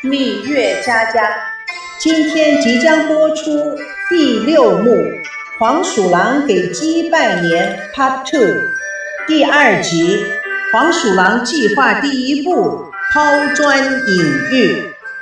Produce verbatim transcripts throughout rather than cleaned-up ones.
蜜月佳佳，今天即将播出第六幕《黄鼠狼给鸡拜年 Part 二》第二集《黄鼠狼计划第一步抛砖引玉》。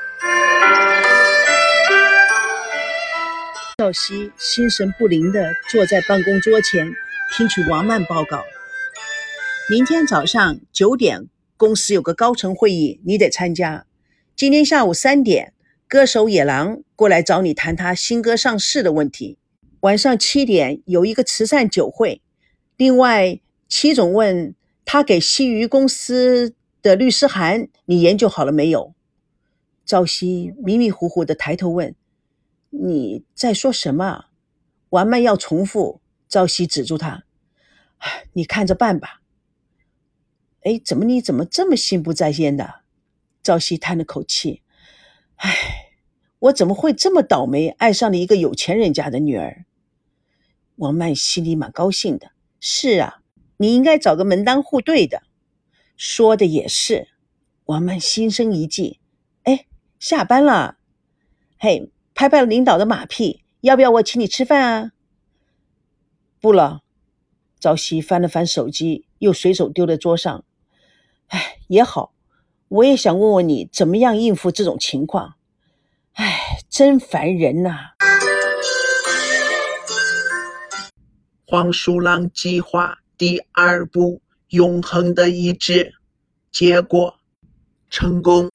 赵熙心神不宁地坐在办公桌前，听取王曼报告。明天早上九点，公司有个高层会议，你得参加。今天下午三点，歌手野狼过来找你谈他新歌上市的问题。晚上七点有一个慈善酒会。另外，戚总问他给西鱼公司的律师函，你研究好了没有？赵熙迷迷糊糊地抬头问：你在说什么？王曼要重复，赵熙止住他：你看着办吧。哎，怎么你怎么这么心不在焉的？赵熙叹了口气：唉，我怎么会这么倒霉，爱上了一个有钱人家的女儿？王曼心里蛮高兴的：是啊，你应该找个门当户对的。说的也是。王曼心生一计：哎，下班了，嘿，拍拍领导的马屁，要不要我请你吃饭啊？不了。赵熙翻了翻手机，又随手丢在桌上。哎，也好，我也想问问你怎么样应付这种情况。哎，真烦人啊。 黄鼠狼计划第二步，永恒的一致，结果成功。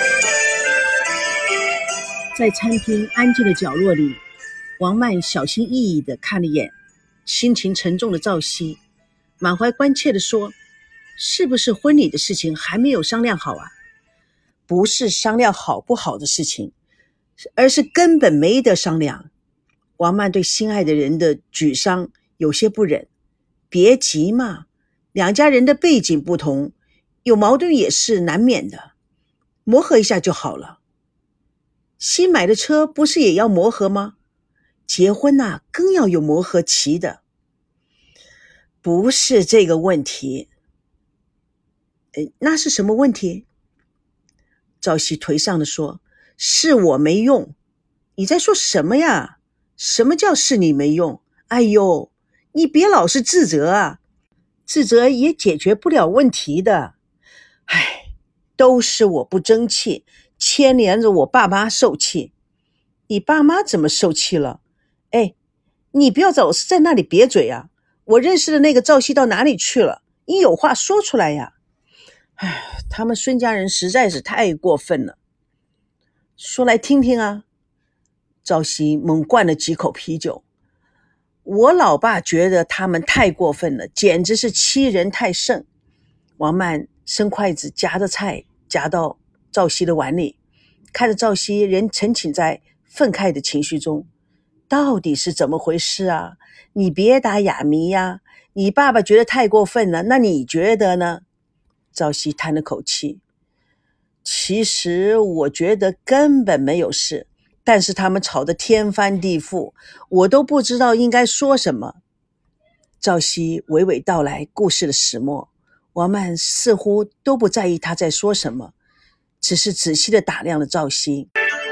在餐厅安静的角落里，王曼小心翼翼地看了眼心情沉重的赵熙，满怀关切地说：是不是婚礼的事情还没有商量好啊？不是商量好不好的事情，而是根本没得商量。王曼对心爱的人的沮丧有些不忍。别急嘛，两家人的背景不同，有矛盾也是难免的，磨合一下就好了。新买的车不是也要磨合吗？结婚啊，更要有磨合期的。不是这个问题。诶，那是什么问题？赵熙颓丧地说：是我没用。你在说什么呀？什么叫是你没用？哎呦，你别老是自责啊，自责也解决不了问题的。唉，都是我不争气，牵连着我爸妈受气。你爸妈怎么受气了？哎，你不要老是在那里瘪嘴啊！我认识的那个赵熙到哪里去了？你有话说出来呀！唉，他们孙家人实在是太过分了。说来听听啊。赵熙猛灌了几口啤酒。我老爸觉得他们太过分了，简直是欺人太甚。王曼伸筷子夹着菜夹到赵熙的碗里，看着赵熙仍沉浸在愤慨的情绪中。到底是怎么回事啊？你别打哑谜呀！你爸爸觉得太过分了，那你觉得呢？赵熙叹了口气：其实我觉得根本没有事，但是他们吵得天翻地覆，我都不知道应该说什么。赵熙娓娓道来故事的始末，王曼似乎都不在意他在说什么，只是仔细地打量了赵熙，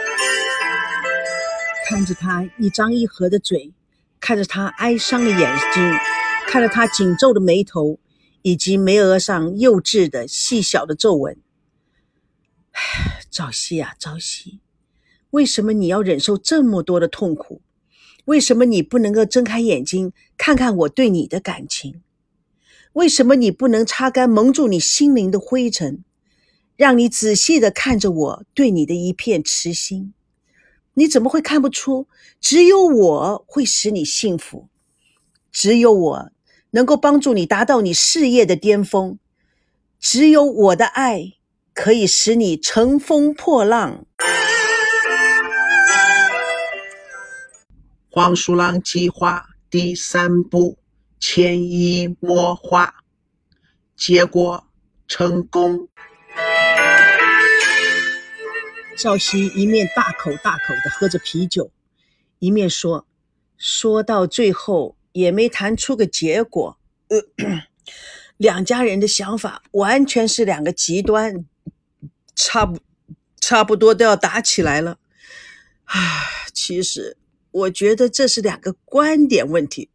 看着他一张一合的嘴，看着他哀伤的眼睛，看着他紧皱的眉头，以及眉额上幼稚的细小的皱纹。赵熙啊，赵熙，为什么你要忍受这么多的痛苦？为什么你不能够睁开眼睛看看我对你的感情？为什么你不能擦干蒙住你心灵的灰尘，让你仔细地看着我对你的一片痴心？你怎么会看不出，只有我会使你幸福，只有我能够帮助你达到你事业的巅峰，只有我的爱可以使你乘风破浪。 黄鼠狼计划第三步，潜移默化，结果成功。 赵熙一面大口大口地喝着啤酒，一面说：说到最后也没谈出个结果。呃两家人的想法完全是两个极端，差不差不多都要打起来了。唉，其实我觉得这是两个观点问题。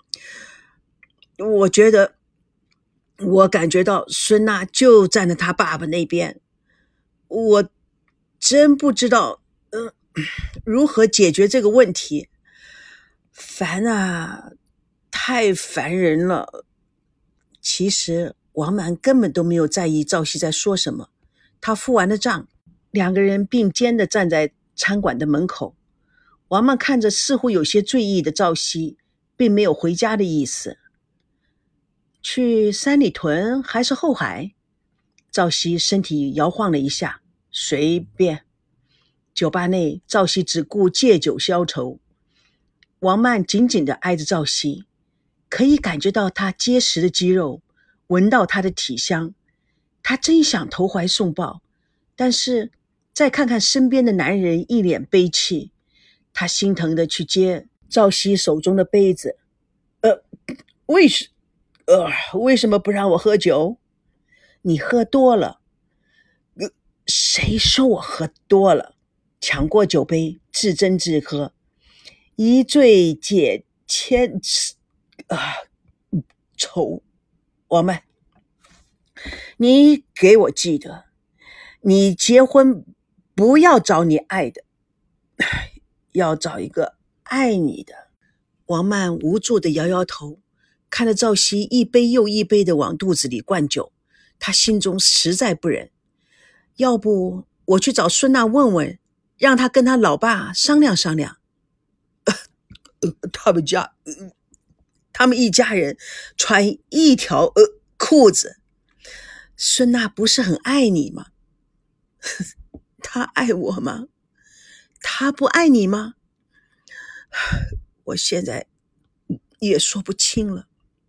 我觉得我感觉到孙娜就站在她爸爸那边，我真不知道呃，如何解决这个问题。烦啊，太烦人了。其实王满根本都没有在意赵熙在说什么，他付完了账，两个人并肩地站在餐馆的门口。王满看着似乎有些醉意的赵熙，并没有回家的意思。去三里屯还是后海？赵熙身体摇晃了一下，随便。酒吧内，赵熙只顾借酒消愁。王曼紧紧地挨着赵熙，可以感觉到他结实的肌肉，闻到他的体香。他真想投怀送抱，但是再看看身边的男人一脸悲戚，他心疼地去接赵熙手中的杯子。呃，为什呃，为什么不让我喝酒？你喝多了。呃，谁说我喝多了？抢过酒杯，自斟自喝。一醉解千啊，愁。王曼，你给我记得，你结婚不要找你爱的，要找一个爱你的。王曼无助地摇摇头，看着赵熙一杯又一杯地往肚子里灌酒，他心中实在不忍。要不我去找孙娜问问，让他跟他老爸商量商量。呃、他们家、呃、他们一家人穿一条呃裤子。孙娜不是很爱你吗？他爱我吗？他不爱你吗？我现在也说不清了，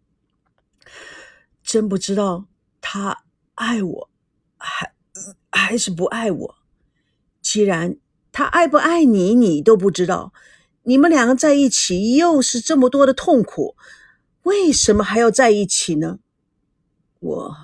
真不知道他爱我还还是不爱我。既然他爱不爱你你都不知道，你们两个在一起又是这么多的痛苦，为什么还要在一起呢？我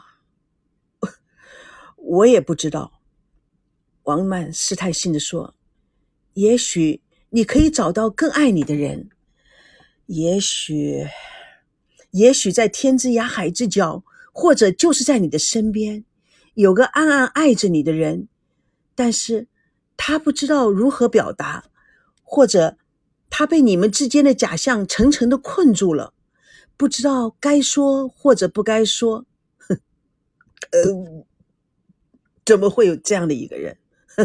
我也不知道。王曼试探性地说，也许你可以找到更爱你的人，也许也许在天之涯海之角，或者就是在你的身边，有个暗暗爱着你的人，但是他不知道如何表达，或者他被你们之间的假象层层的困住了，不知道该说或者不该说。呃，怎么会有这样的一个人？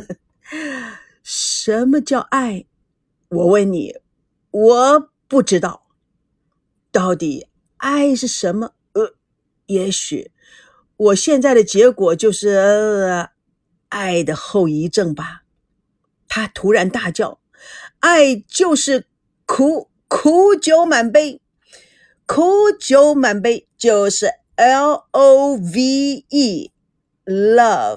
什么叫爱？我问你，我不知道。到底爱是什么？呃，也许我现在的结果就是、呃、爱的后遗症吧。他突然大叫，爱就是苦苦酒满杯，苦酒满杯就是 L O V E love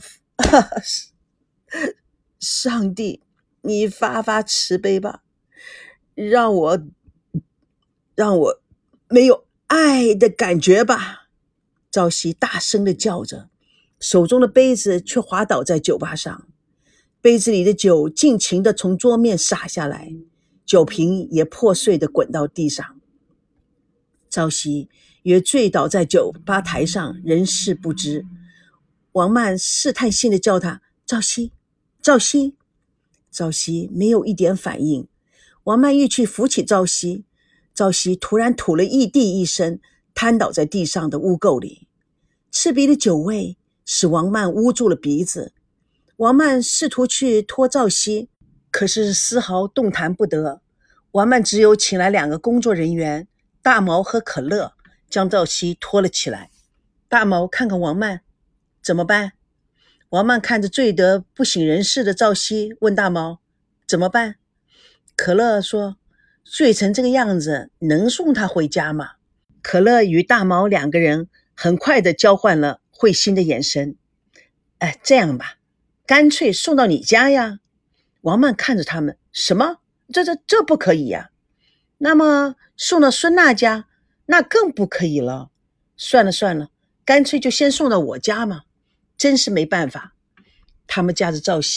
上帝，你发发慈悲吧，让我让我没有爱的感觉吧。赵熙大声地叫着，手中的杯子却滑倒在酒吧上，杯子里的酒尽情地从桌面洒下来，酒瓶也破碎地滚到地上。赵熙也醉倒在酒吧台上，人事不知。王曼试探性地叫他，赵熙，赵熙。赵熙没有一点反应。王曼欲去扶起赵熙，赵熙突然吐了一地一身，瘫倒在地上的污垢里。刺鼻的酒味使王曼捂住了鼻子。王曼试图去拖赵熙，可是丝毫动弹不得。王曼只有请来两个工作人员，大毛和可乐，将赵熙拖了起来。大毛看看王曼，怎么办？王曼看着醉得不省人事的赵熙，问大毛，怎么办？可乐说，醉成这个样子，能送他回家吗？可乐与大毛两个人很快地交换了会心的眼神。哎，这样吧，干脆送到你家呀。王曼看着他们，什么？这这这不可以呀。那么送到孙娜家，那更不可以了。算了算了，干脆就先送到我家嘛。真是没办法。他们驾着赵熙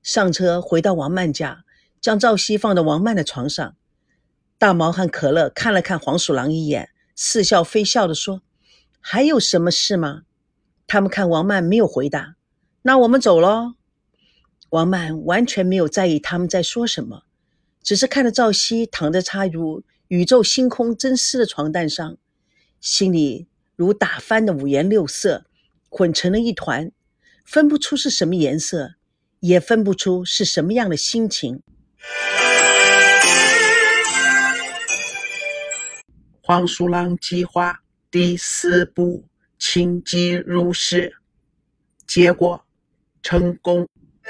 上车回到王曼家，将赵熙放到王曼的床上。大毛和可乐看了看黄鼠狼一眼，似笑非笑地说：还有什么事吗？他们看王曼没有回答，那我们走咯。王曼完全没有在意他们在说什么，只是看着赵熙躺在插入宇宙星空真丝的床单上，心里如打翻的五颜六色，混成了一团，分不出是什么颜色，也分不出是什么样的心情。 黄鼠狼计划第四步，轻击入室，结果成功。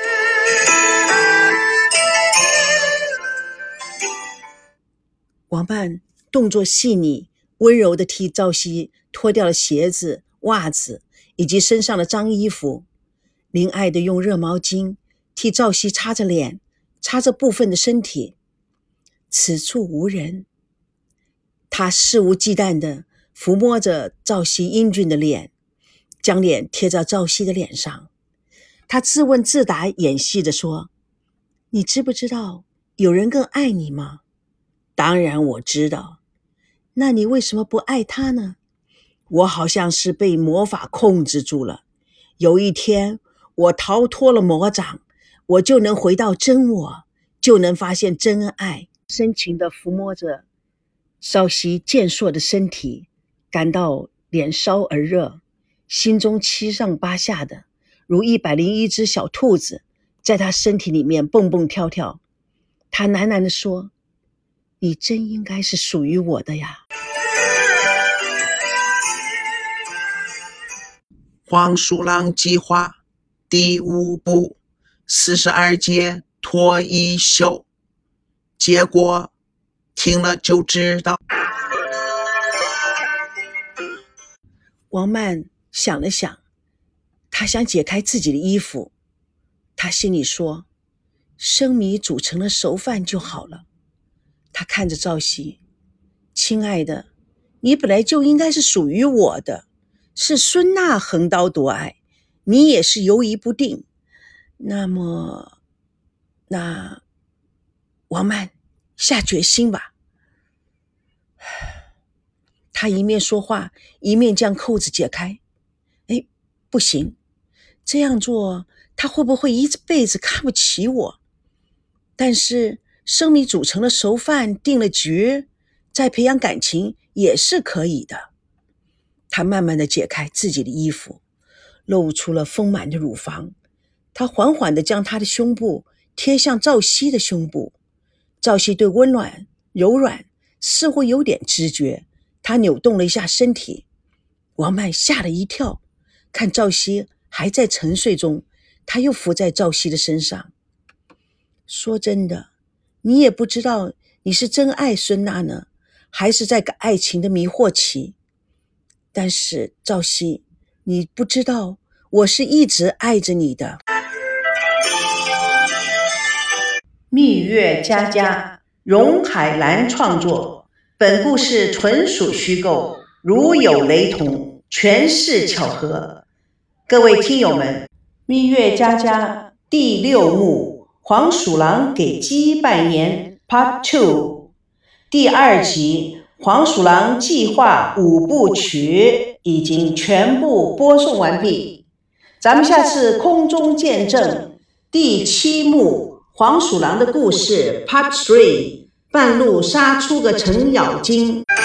王曼动作细腻，温柔地替赵熙脱掉了鞋子、袜子以及身上的脏衣服，怜爱地用热毛巾替赵熙擦着脸，擦着部分的身体。此处无人，他肆无忌惮地抚摸着赵熙英俊的脸，将脸贴在赵熙的脸上。他自问自答演戏地说：你知不知道有人更爱你吗？当然我知道。那你为什么不爱他呢？我好像是被魔法控制住了，有一天我逃脱了魔掌，我就能回到真我，就能发现真爱。深情地抚摸着稍息健硕的身体，感到脸烧而热，心中七上八下的，如一百零一只小兔子在他身体里面蹦蹦跳跳。他喃喃地说：你真应该是属于我的呀。 黄鼠狼计划第五步，四十二节脱衣秀，结果听了就知道。 王曼想了想，他想解开自己的衣服，他心里说：生米煮成了熟饭就好了。他看着赵熙：亲爱的，你本来就应该是属于我的，是孙娜横刀夺爱，你也是犹疑不定。那么那王曼下决心吧。他一面说话，一面将扣子解开。哎，不行，这样做他会不会一辈子看不起我？但是生米煮成了熟饭，定了局，再培养感情也是可以的。他慢慢地解开自己的衣服，露出了丰满的乳房。他缓缓地将他的胸部贴向赵熙的胸部。赵熙对温暖柔软似乎有点知觉，他扭动了一下身体。王曼吓了一跳，看赵熙还在沉睡中，他又伏在赵熙的身上。说真的，你也不知道你是真爱孙娜呢，还是在个爱情的迷惑期。但是赵熙，你不知道我是一直爱着你的。 蜜月佳佳，荣海兰创作，本故事纯属虚构，如有雷同，全是巧合。各位听友们，蜜月佳佳第六幕，黄鼠狼给鸡拜年 Part two 第二集，黄鼠狼计划五部曲已经全部播送完毕，咱们下次空中见证第七幕黄鼠狼的故事 Part three， 半路杀出个程咬金。